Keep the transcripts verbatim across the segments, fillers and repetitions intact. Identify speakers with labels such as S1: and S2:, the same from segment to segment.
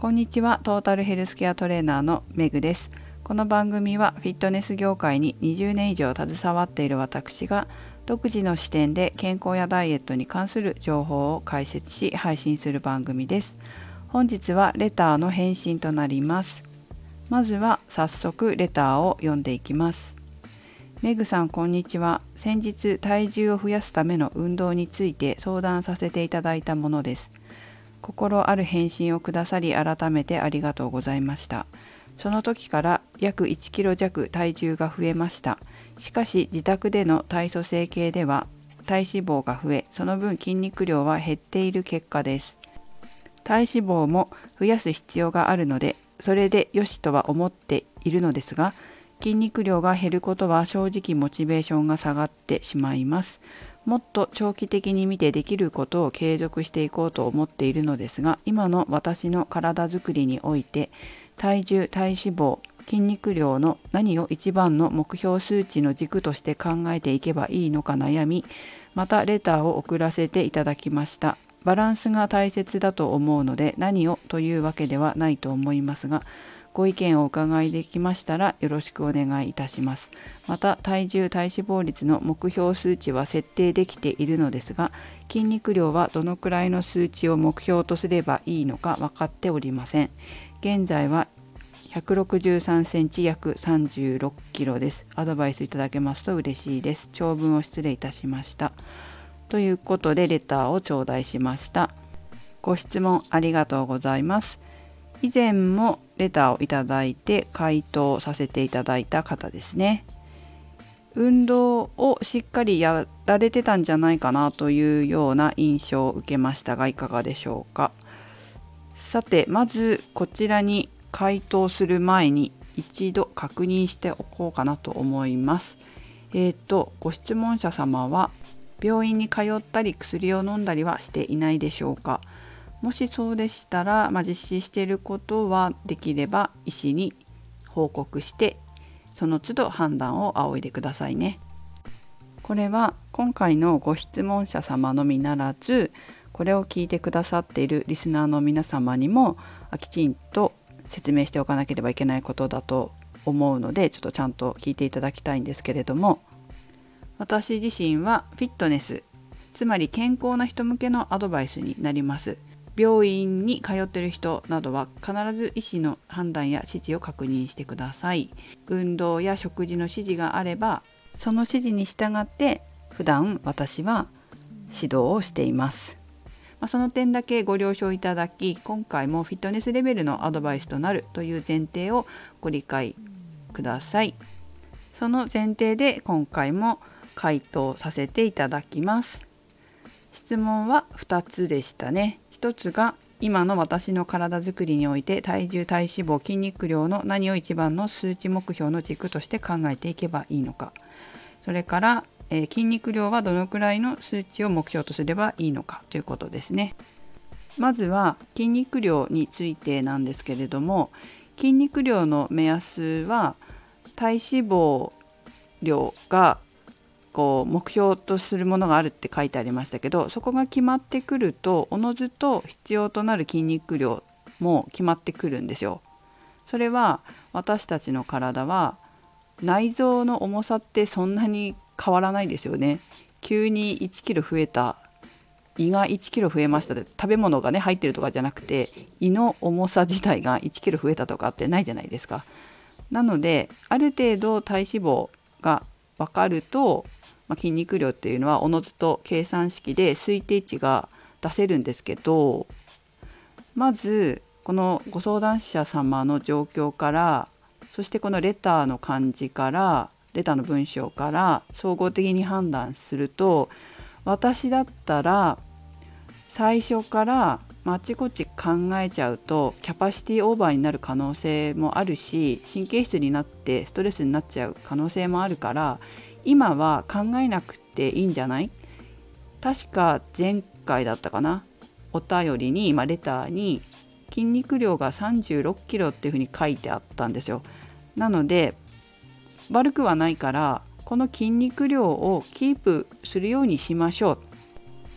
S1: こんにちは。トータルヘルスケアトレーナーのメグです。この番組はフィットネス業界ににじゅうねん以上携わっている私が独自の視点で健康やダイエットに関する情報を解説し配信する番組です。本日はレターの返信となります。まずは早速レターを読んでいきます。メグさん、こんにちは。先日体重を増やすための運動について相談させていただいたものです。心ある返信をくださり改めてありがとうございました。その時から約いちキロ弱体重が増えました。しかし自宅での体組成計では体脂肪が増え、その分筋肉量は減っている結果です。体脂肪も増やす必要があるので、それでよしとは思っているのですが、筋肉量が減ることは正直モチベーションが下がってしまいます。もっと長期的に見てできることを継続していこうと思っているのですが、今の私の体づくりにおいて体重、体脂肪、筋肉量の何を一番の目標数値の軸として考えていけばいいのか悩み、またレターを送らせていただきました。バランスが大切だと思うので、何をというわけではないと思いますが、ご意見をお伺いできましたらよろしくお願いいたします。また体重体脂肪率の目標数値は設定できているのですが、筋肉量はどのくらいの数値を目標とすればいいのか分かっておりません。現在はひゃくろくじゅうさんセンチ約さんじゅうろっキロです。アドバイスいただけますと嬉しいです。長文を失礼いたしました。ということでレターを頂戴しました。ご質問ありがとうございます。以前もレターをいただいて回答させていただいた方ですね。運動をしっかりやられてたんじゃないかなというような印象を受けましたが、いかがでしょうか。さて、まずこちらに回答する前に一度確認しておこうかなと思います。えーと、ご質問者様は病院に通ったり薬を飲んだりはしていないでしょうか。もしそうでしたら、まあ、実施していることはできれば医師に報告してその都度判断を仰いでくださいね。これは今回のご質問者様のみならず、これを聞いてくださっているリスナーの皆様にもきちんと説明しておかなければいけないことだと思うので、ちょっとちゃんと聞いていただきたいんですけれども、私自身はフィットネス、つまり健康な人向けのアドバイスになります。病院に通っている人などは必ず医師の判断や指示を確認してください。運動や食事の指示があれば、その指示に従って普段私は指導をしています。まあ、その点だけご了承いただき、今回もフィットネスレベルのアドバイスとなるという前提をご理解ください。その前提で今回も回答させていただきます。質問はふたつでしたね。ひとつが今の私の体づくりにおいて体重、体脂肪、筋肉量の何を一番の数値目標の軸として考えていけばいいのか。それから、えー、筋肉量はどのくらいの数値を目標とすればいいのかということですね。まずは筋肉量についてなんですけれども、筋肉量の目安は体脂肪量がこう目標とするものがあるって書いてありましたけど、そこが決まってくるとおのずと必要となる筋肉量も決まってくるんですよ。それは私たちの体は内臓の重さってそんなに変わらないですよね。急にいちキロ増えた、胃がいちキロ増えましたで食べ物がね入ってるとかじゃなくて、胃の重さ自体がいちキロ増えたとかってないじゃないですか。なのである程度体脂肪が分かると、まあ、筋肉量っていうのはおのずと計算式で推定値が出せるんですけど、まずこのご相談者様の状況から、そしてこのレターの感じから、レターの文章から総合的に判断すると、私だったら最初からあちこち考えちゃうとキャパシティオーバーになる可能性もあるし、神経質になってストレスになっちゃう可能性もあるから、今は考えなくていいんじゃない？確か前回だったかな、お便りに、まあ、レターに筋肉量がさんじゅうろっキロっていうふうに書いてあったんですよ。なので悪くはないから、この筋肉量をキープするようにしましょう。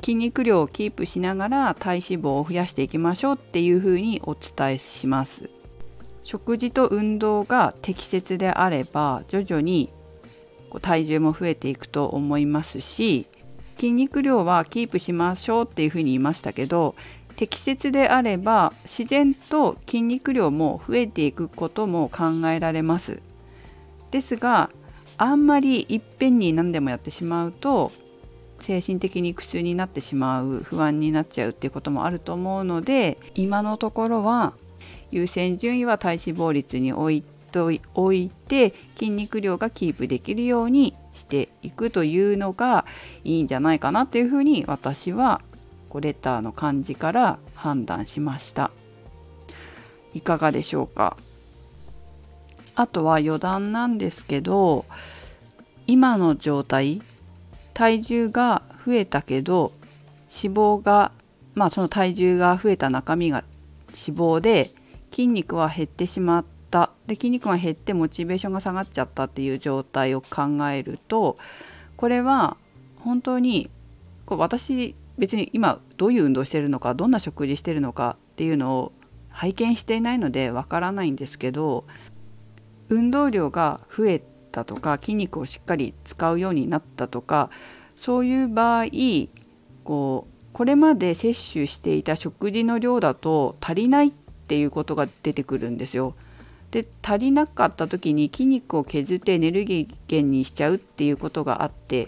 S1: 筋肉量をキープしながら体脂肪を増やしていきましょうっていうふうにお伝えします。食事と運動が適切であれば徐々に体重も増えていくと思いますし、筋肉量はキープしましょうっていうふうに言いましたけど、適切であれば自然と筋肉量も増えていくことも考えられます。ですが、あんまりいっぺんに何でもやってしまうと精神的に苦痛になってしまう、不安になっちゃうっていうこともあると思うので、今のところは優先順位は体脂肪率に置いと置いて筋肉量がキープできるようにしていくというのがいいんじゃないかなっていうふうに私はレターの感じから判断しました。いかがでしょうか。あとは余談なんですけど、今の状態、体重が増えたけど脂肪がまあその体重が増えた中身が脂肪で筋肉は減ってしまった、で筋肉が減ってモチベーションが下がっちゃったっていう状態を考えると、これは本当にこう私別に今どういう運動してるのか、どんな食事してるのかっていうのを拝見していないのでわからないんですけど、運動量が増えたとか筋肉をしっかり使うようになったとか、そういう場合こうこれまで摂取していた食事の量だと足りないっていうことが出てくるんですよ。で、足りなかった時に筋肉を削ってエネルギー源にしちゃうっていうことがあって、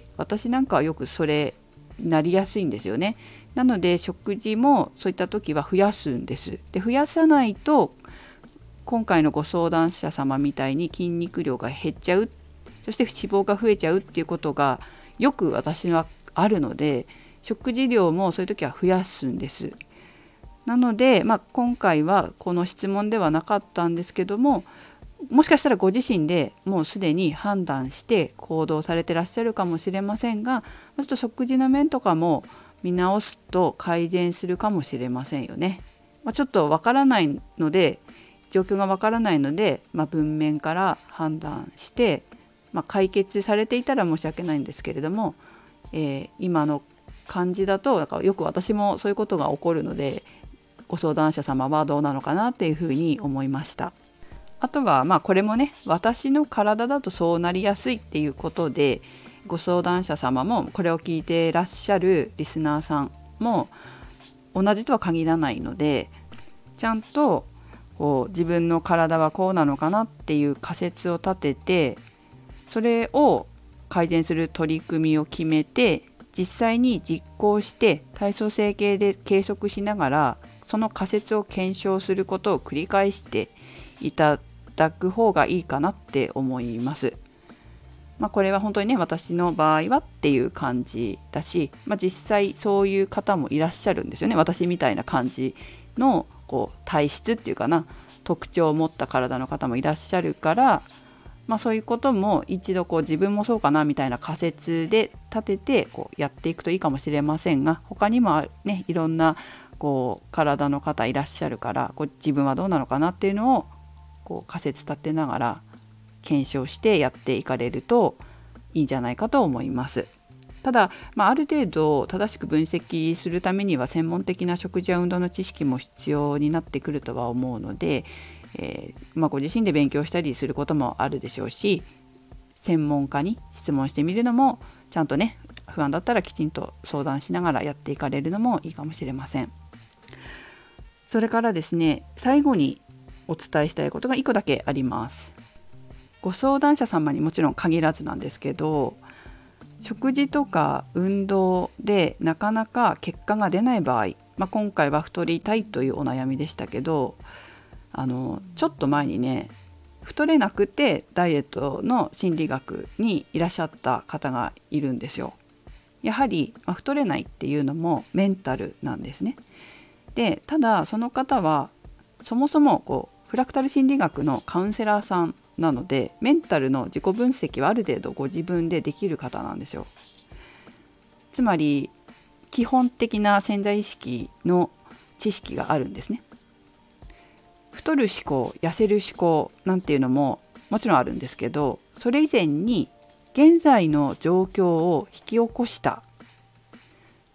S1: 私なんかはよくそれなりやすいんですよね。なので食事もそういった時は増やすんです。で、増やさないと今回のご相談者様みたいに筋肉量が減っちゃう、そして脂肪が増えちゃうっていうことがよく私はあるので、食事量もそういう時は増やすんです。なので、まあ、今回はこの質問ではなかったんですけども、もしかしたらご自身でもうすでに判断して行動されてらっしゃるかもしれませんが、ちょっと食事の面とかも見直すと改善するかもしれませんよね。まあ、ちょっとわからないので、状況がわからないので、まあ、文面から判断して、まあ、解決されていたら申し訳ないんですけれども、えー、今の感じだと、だからよく私もそういうことが起こるので、ご相談者様はどうなのかなっていうふうに思いました。あとはまあこれもね、私の体だとそうなりやすいっていうことで、ご相談者様もこれを聞いていらっしゃるリスナーさんも同じとは限らないので、ちゃんとこう自分の体はこうなのかなっていう仮説を立てて、それを改善する取り組みを決めて実際に実行して体組成計で計測しながらその仮説を検証することを繰り返していただく方がいいかなって思います。まあ、これは本当にね、私の場合はっていう感じだし、まあ、実際そういう方もいらっしゃるんですよね。私みたいな感じのこう体質っていうかな、特徴を持った体の方もいらっしゃるから、まあ、そういうことも一度こう自分もそうかなみたいな仮説で立ててこうやっていくといいかもしれませんが、他にもね、いろんなこう体の方いらっしゃるから、こう自分はどうなのかなっていうのをこう仮説立てながら検証してやっていかれるといいんじゃないかと思います。ただ、まあ、ある程度正しく分析するためには専門的な食事や運動の知識も必要になってくるとは思うので、えーまあ、ご自身で勉強したりすることもあるでしょうし、専門家に質問してみるのもちゃんとね、不安だったらきちんと相談しながらやっていかれるのもいいかもしれません。それからですね、最後にお伝えしたいことがいっこだけあります。ご相談者様にもちろん限らずなんですけど、食事とか運動でなかなか結果が出ない場合、まあ、今回は太りたいというお悩みでしたけど、あのちょっと前にね、太れなくてダイエットの心理学にいらっしゃった方がいるんですよ。やはり、まあ、太れないっていうのもメンタルなんですね。で、ただその方はそもそもこうフラクタル心理学のカウンセラーさんなので、メンタルの自己分析はある程度ご自分でできる方なんですよ。つまり基本的な潜在意識の知識があるんですね。太る思考、痩せる思考なんていうのももちろんあるんですけど、それ以前に現在の状況を引き起こした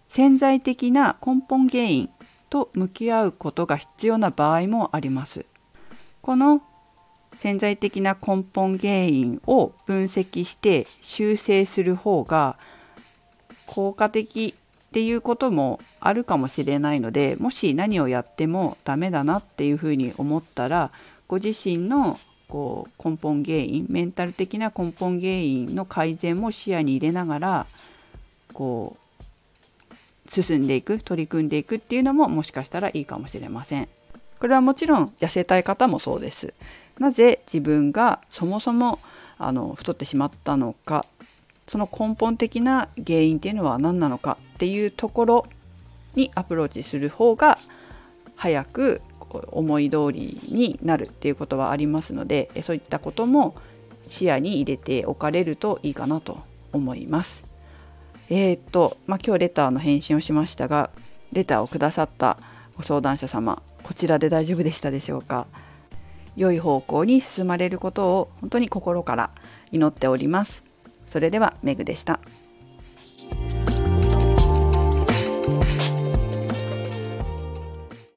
S1: 潜在的な根本原因と向き合うことが必要な場合もあります。この潜在的な根本原因を分析して修正する方が効果的っていうこともあるかもしれないので、もし何をやってもダメだなっていうふうに思ったら、ご自身のこう根本原因、メンタル的な根本原因の改善も視野に入れながらこう進んでいく、取り組んでいくっていうのももしかしたらいいかもしれません。これはもちろん痩せたい方もそうです。なぜ自分がそもそもあの太ってしまったのか、その根本的な原因っていうのは何なのかっていうところにアプローチする方が早く思い通りになるっていうことはありますので、そういったことも視野に入れておかれるといいかなと思います。えー、っと、まあ、今日レターの返信をしましたが、レターをくださったご相談者様、こちらで大丈夫でしたでしょうか。良い方向に進まれることを本当に心から祈っております。それではメグでした。